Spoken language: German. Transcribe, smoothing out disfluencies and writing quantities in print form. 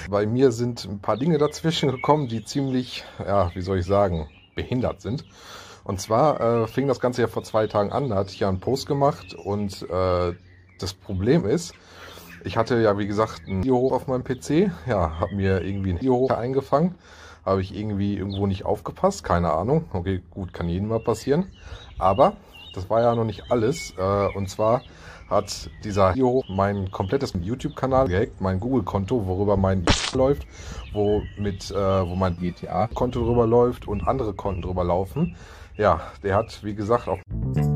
Bei mir sind ein paar Dinge dazwischen gekommen, die ziemlich, ja, wie soll ich sagen, behindert sind. Und zwar fing das Ganze ja vor 2 Tagen an, da hatte ich ja einen Post gemacht und das Problem ist, ich hatte ja, wie gesagt, ein Video hoch auf meinem PC, ja, habe mir irgendwie ein Video hoch eingefangen, habe ich irgendwie irgendwo nicht aufgepasst, keine Ahnung, okay, gut, kann jedem mal passieren, aber das war ja noch nicht alles, und zwar hat dieser Video mein komplettes YouTube-Kanal gehackt, mein Google-Konto, worüber mein läuft, wo mein GTA-Konto drüber läuft und andere Konten drüber laufen. Ja, der hat, wie gesagt, auch